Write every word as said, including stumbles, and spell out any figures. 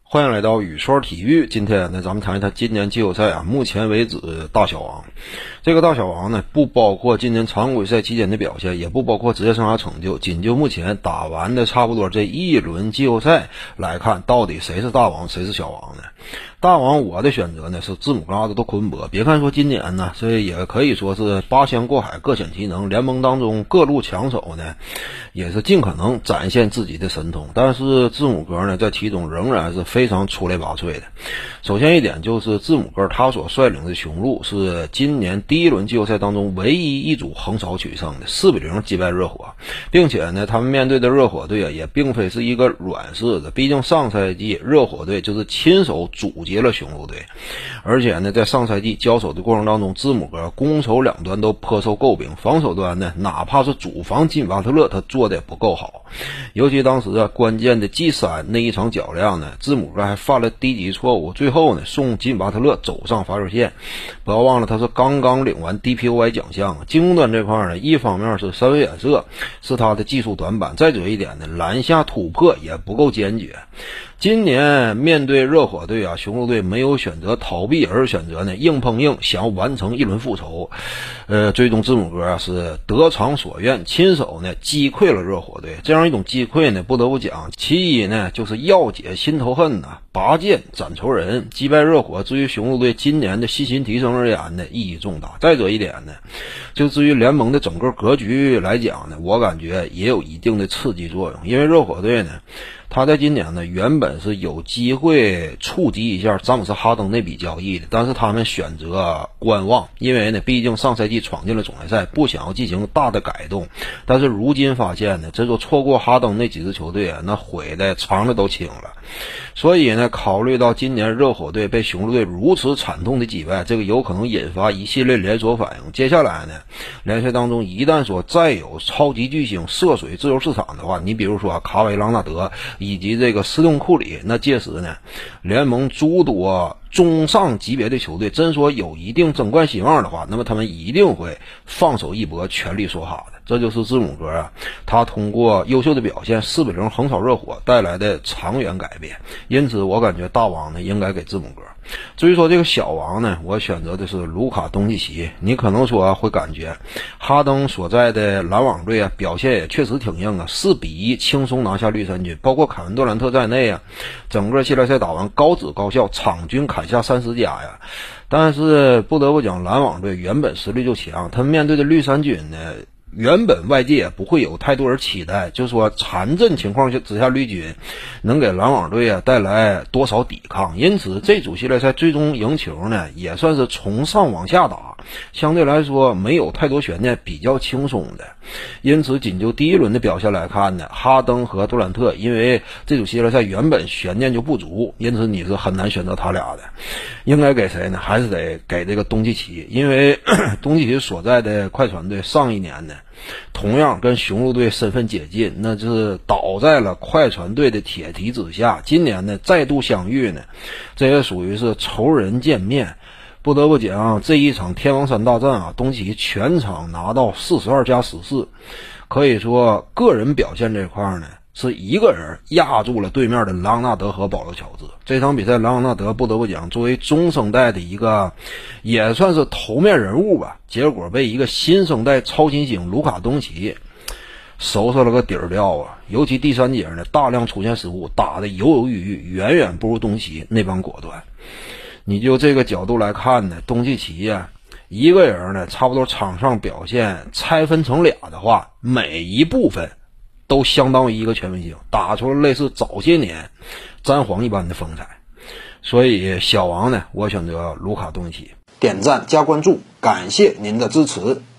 欢迎来到雨说体育。今天呢，咱们谈一谈今年季后赛啊，目前为止大小王。这个大小王呢，不包括今年常规赛期间的表现，也不包括职业生涯成就，仅就目前打完的差不多这一轮季后赛来看，到底谁是大王，谁是小王呢？大王我的选择呢是字母哥阿德托昆博。别看说今年呢，这也可以说是八仙过海各显其能，联盟当中各路强手呢也是尽可能展现自己的神通，但是字母哥呢在其中仍然是非常出类拔萃的。首先一点就是字母哥他所率领的雄鹿是今年第一轮季后赛当中唯一一组横扫取胜的，四比零击败热火，并且呢他们面对的热火队啊也并非是一个软式的，毕竟上赛季热火队就是亲手阻截了雄鹿队，而且呢在上赛季交手的过程当中，字母哥攻守两端都颇受诟病，防守端呢哪怕是主防金巴特勒他做的也不够好，尤其当时啊关键的 G 三 那一场较量呢，字母哥还犯了低级错误，最后呢送金巴特勒走上罚球线。不要忘了他是刚刚领完 D P O Y 奖项，进攻端这块呢，一方面是三分远射是他的技术短板，再者一点呢，篮下突破也不够坚决。今年面对热火队啊，雄鹿队没有选择逃避，而是选择呢硬碰硬，想完成一轮复仇。呃，最终字母哥啊是得偿所愿，亲手呢击溃了热火队。这样一种击溃呢，不得不讲，其一呢就是药解心头恨呐、啊，拔剑斩仇人，击败热火。至于雄鹿队今年的信心提升而言呢，意义重大。再者一点呢，就至于联盟的整个格局来讲呢，我感觉也有一定的刺激作用，因为热火队呢。他在今年呢，原本是有机会触及一下詹姆斯哈登那笔交易的，但是他们选择观望，因为呢，毕竟上赛季闯进了总决赛，不想要进行大的改动。但是如今发现呢，这座错过哈登那几支球队啊，那悔的肠子都青了。所以呢，考虑到今年热火队被雄鹿队如此惨痛的击败，这个有可能引发一系列连锁反应。接下来呢，联赛当中一旦说再有超级巨星涉水自由市场的话，你比如说卡瓦伊·朗纳德以及这个斯通库里，那届时呢，联盟诸多中上级别的球队真说有一定争冠希望的话，那么他们一定会放手一搏，全力说哈的。这就是字母哥啊，他通过优秀的表现四比零横扫热火带来的长远改变。因此我感觉大王呢应该给字母哥。至于说这个小王呢，我选择的是卢卡东契奇。你可能说、啊、会感觉哈登所在的篮网队啊表现也确实挺硬啊，四比一轻松拿下绿衫军，包括凯文杜兰特在内啊，整个系列赛打完高指高效，场均砍下三十加呀。但是不得不讲，篮网队原本实力就强，他们面对的绿衫军呢，原本外界也不会有太多人期待，就说残阵情况之下绿军能给篮网队啊带来多少抵抗。因此这组系列赛最终赢球呢，也算是从上往下打，相对来说没有太多悬念，比较轻松的。因此仅就第一轮的表现来看呢，哈登和杜兰特因为这组系列赛原本悬念就不足，因此你是很难选择他俩的。应该给谁呢？还是得给这个东契奇，因为东契奇所在的快船队上一年呢同样跟雄鹿队身份接近，那就是倒在了快船队的铁蹄之下。今年呢再度相遇呢，这也属于是仇人见面。不得不讲，这一场天王山大战啊，东契奇全场拿到四十二加十四，可以说个人表现这块呢是一个人压住了对面的朗纳德和保罗乔治。这场比赛朗纳德不得不讲，作为中生代的一个也算是头面人物吧，结果被一个新生代超新星卢卡东契奇收拾了个底儿掉啊。尤其第三节呢大量出现失误，打得犹犹豫豫，远远不如东契奇那帮果断。你就这个角度来看呢，东契奇呀、啊，一个人呢差不多场上表现拆分成俩的话，每一部分都相当于一个全明星，打出了类似早些年詹皇一般的风采。所以小王呢，我选择卢卡东契奇。点赞加关注，感谢您的支持。